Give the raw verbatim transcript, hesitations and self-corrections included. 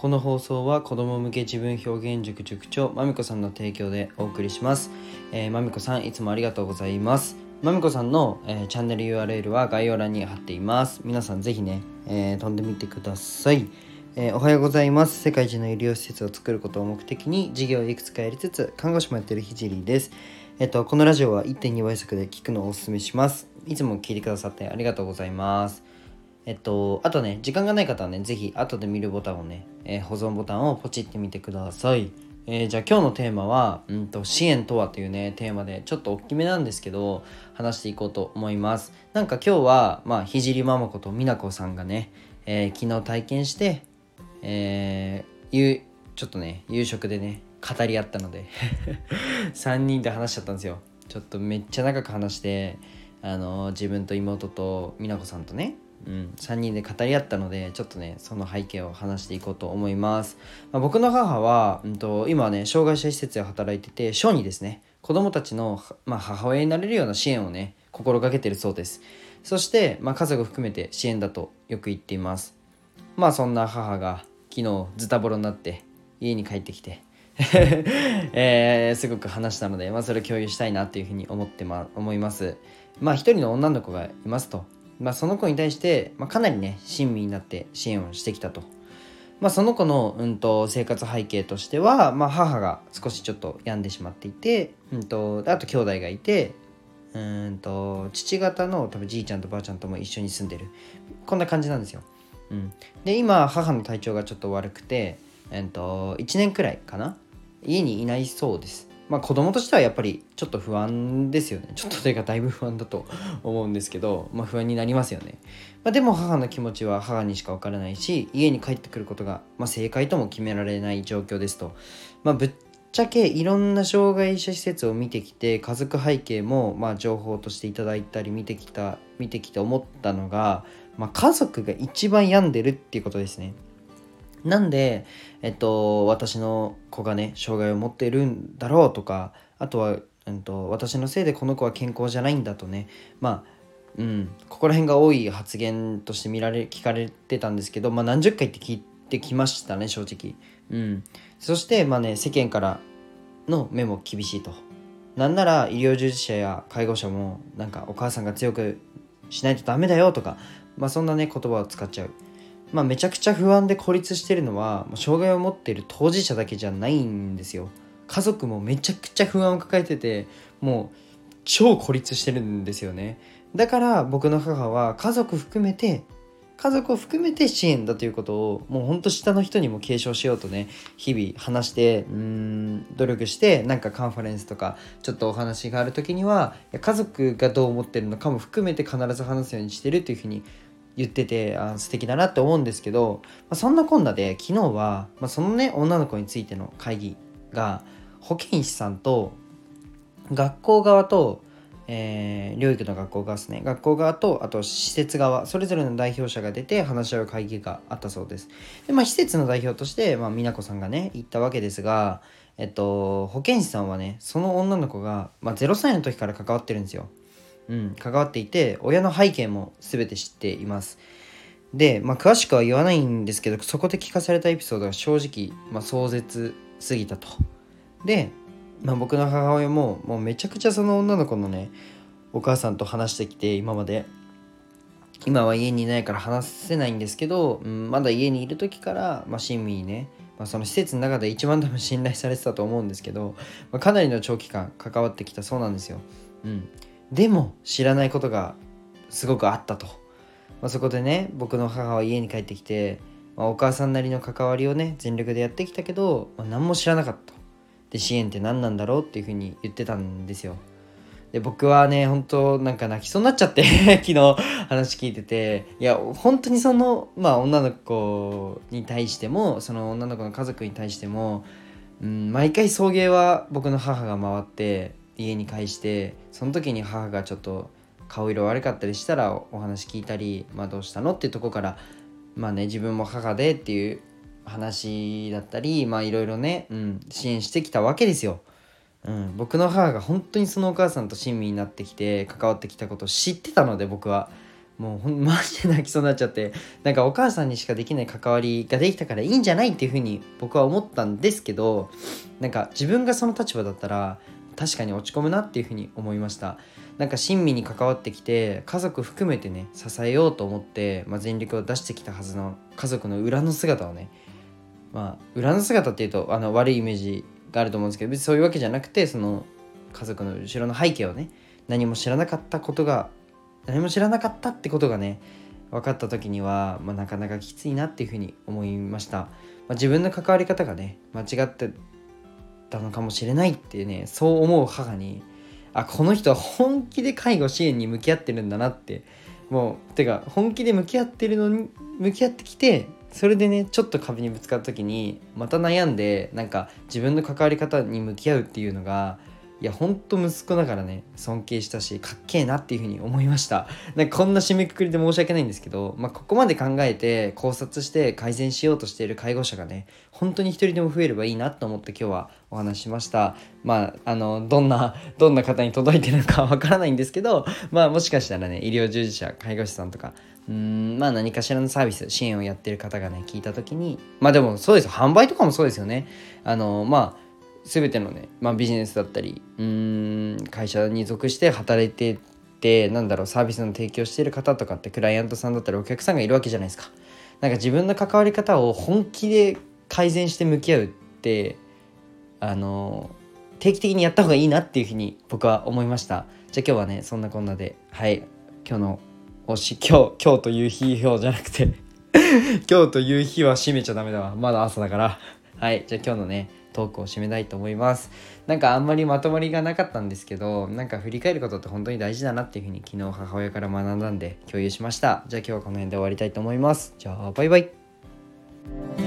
この放送は子供向け自分表現塾塾長まみこさんの提供でお送りします。えー、まみこさんいつもありがとうございます。まみこさんの、えー、チャンネル ユーアールエル は概要欄に貼っています。皆さんぜひね、えー、飛んでみてください。えー、おはようございます。世界一の医療施設を作ることを目的に事業をいくつかやりつつ看護師もやっているひじりです。えっとこのラジオは いってんに 倍速で聞くのをお勧めします。いつも聞いてくださってありがとうございます。えっとあとね、時間がない方はね、ぜひ後で見るボタンをね、えー、保存ボタンをポチってみてください。えー、じゃあ今日のテーマは、うんと支援とはというねテーマで、ちょっと大きめなんですけど話していこうと思います。なんか今日はまあひじりままことみなこさんがね、えー、昨日体験して、えー、ゆちょっとね夕食でね語り合ったのでさんにんで話しちゃったんですよ。ちょっとめっちゃ長く話して、あのー、自分と妹とみなこさんとね、うん、さんにんで語り合ったので、ちょっとねその背景を話していこうと思います。まあ、僕の母は、うん、と今はね障害者施設で働いてて、小児ですね、子供たちの、まあ、母親になれるような支援をね心がけてるそうです。そして、まあ、家族含めて支援だとよく言っています。まあそんな母が昨日ズタボロになって家に帰ってきてえー、すごく話したので、まあ、それを共有したいなっていうふうに思って、ま、思います。まあ一人の女の子がいますと、まあ、その子に対して、まあ、かなりね親身になって支援をしてきたと。まあ、その子の、うん、と生活背景としては、まあ、母が少しちょっと病んでしまっていて、うん、とあと兄弟がいて、うんと父方の多分じいちゃんとばあちゃんとも一緒に住んでる、こんな感じなんですよ。うん、で今母の体調がちょっと悪くて、えー、といちねんくらいかな家にいないそうです。まあ子供としてはやっぱりちょっと不安ですよね。ちょっとというかだいぶ不安だと思うんですけど、まあ不安になりますよね。まあ、でも母の気持ちは母にしか分からないし、家に帰ってくることが、まあ、正解とも決められない状況ですと。まあぶっちゃけいろんな障害者施設を見てきて、家族背景もまあ情報としていただいたり見てきた見てきて思ったのが、まあ、家族が一番病んでるっていうことですね。なんで、えっと、私の子がね障害を持っているんだろうとか、あとは、えっと、私のせいでこの子は健康じゃないんだとね、まあうん、ここら辺が多い発言として見られ聞かれてたんですけど、まあ、何十回って聞いてきましたね、正直。うん、そしてまあね世間からの目も厳しいと。なんなら医療従事者や介護者もなんかお母さんが強くしないとダメだよとか、まあそんなね言葉を使っちゃう。まあめちゃくちゃ不安で孤立してるのは障害を持っている当事者だけじゃないんですよ。家族もめちゃくちゃ不安を抱えてて、もう超孤立してるんですよね。だから僕の母は家族含めて家族を含めて支援だということをもうほんと下の人にも継承しようとね日々話してうーん努力して、なんかカンファレンスとかちょっとお話がある時には家族がどう思ってるのかも含めて必ず話すようにしてるというふうに言ってて、あ素敵だなって思うんですけど、まあ、そんなこんなで昨日は、まあ、そのね女の子についての会議が保健師さんと学校側と、えー、療育の学校側ですね、学校側とあと施設側、それぞれの代表者が出て話し合う会議があったそうです。で、まあ、施設の代表として、まあ、美奈子さんがね言ったわけですが、えっと保健師さんはねその女の子が、まあ、ゼロさいの時から関わってるんですよ。うん、関わっていて親の背景も全て知っています。で、まあ、詳しくは言わないんですけど、そこで聞かされたエピソードが正直、まあ、壮絶すぎたと。で、まあ、僕の母親ももうめちゃくちゃその女の子のねお母さんと話してきて、今まで今は家にいないから話せないんですけど、うん、まだ家にいる時から、まあ、親身にね、まあ、その施設の中で一番多分信頼されてたと思うんですけど、まあ、かなりの長期間関わってきたそうなんですよ。うん、でも知らないことがすごくあったと。まあ、そこでね僕の母は家に帰ってきて、まあ、お母さんなりの関わりをね全力でやってきたけど、まあ、何も知らなかった。で支援って何なんだろうっていうふうに言ってたんですよ。で僕はね本当なんか泣きそうになっちゃって昨日話聞いてて、いや本当にそのまあ女の子に対してもその女の子の家族に対しても、うん、毎回送迎は僕の母が回って家に帰して、その時に母がちょっと顔色悪かったりしたらお話聞いたり、まあどうしたのっていうところからまあね自分も母でっていう話だったり、まあいろいろね、うん、支援してきたわけですよ。うん、僕の母が本当にそのお母さんと親身になってきて関わってきたことを知ってたので、僕はもうほんマジで泣きそうになっちゃって、なんかお母さんにしかできない関わりができたからいいんじゃないっていうふうに僕は思ったんですけど、なんか自分がその立場だったら確かに落ち込むなっていうふうに思いました。なんか親身に関わってきて家族含めてね支えようと思って、まあ、全力を出してきたはずの家族の裏の姿をね、まあ裏の姿っていうとあの悪いイメージがあると思うんですけど、別にそういうわけじゃなくて、その家族の後ろの背景をね、何も知らなかったことが何も知らなかったってことがね分かった時には、まあ、なかなかきついなっていうふうに思いました。まあ、自分の関わり方がね間違ってたのかもしれないっていうね、そう思う母に、あ、この人は本気で介護支援に向き合ってるんだなって、もうてか本気で向き合ってるのに向き合ってきて、それでねちょっと壁にぶつかった時にまた悩んで、なんか自分の関わり方に向き合うっていうのが、いやほんと息子だからね尊敬したし、かっけえなっていう風に思いました。なんかこんな締めくくりで申し訳ないんですけど、まあ、ここまで考えて考察して改善しようとしている介護者がね本当に一人でも増えればいいなと思って今日はお話ししました。まああのどんなどんな方に届いてるのかわからないんですけど、まあもしかしたらね医療従事者介護士さんとかうーんまあ何かしらのサービス支援をやってる方がね聞いた時に、まあでもそうです、販売とかもそうですよね。あのまあ全てのね、まあ、ビジネスだったりうーん会社に属して働いてて、なんだろうサービスの提供している方とかってクライアントさんだったりお客さんがいるわけじゃないですか。なんか自分の関わり方を本気で改善して向き合うってあの定期的にやった方がいいなっていうふうに僕は思いました。じゃあ今日はねそんなこんなで、はい今日の推し今日今日という日今日じゃなくて今日という日は閉めちゃダメだわ、まだ朝だから。はいじゃあ今日のねトークを締めたいと思います。なんかあんまりまとまりがなかったんですけど、なんか振り返ることって本当に大事だなっていうふうに昨日母親から学んだんで共有しました。じゃあ今日はこの辺で終わりたいと思います。じゃあバイバイ。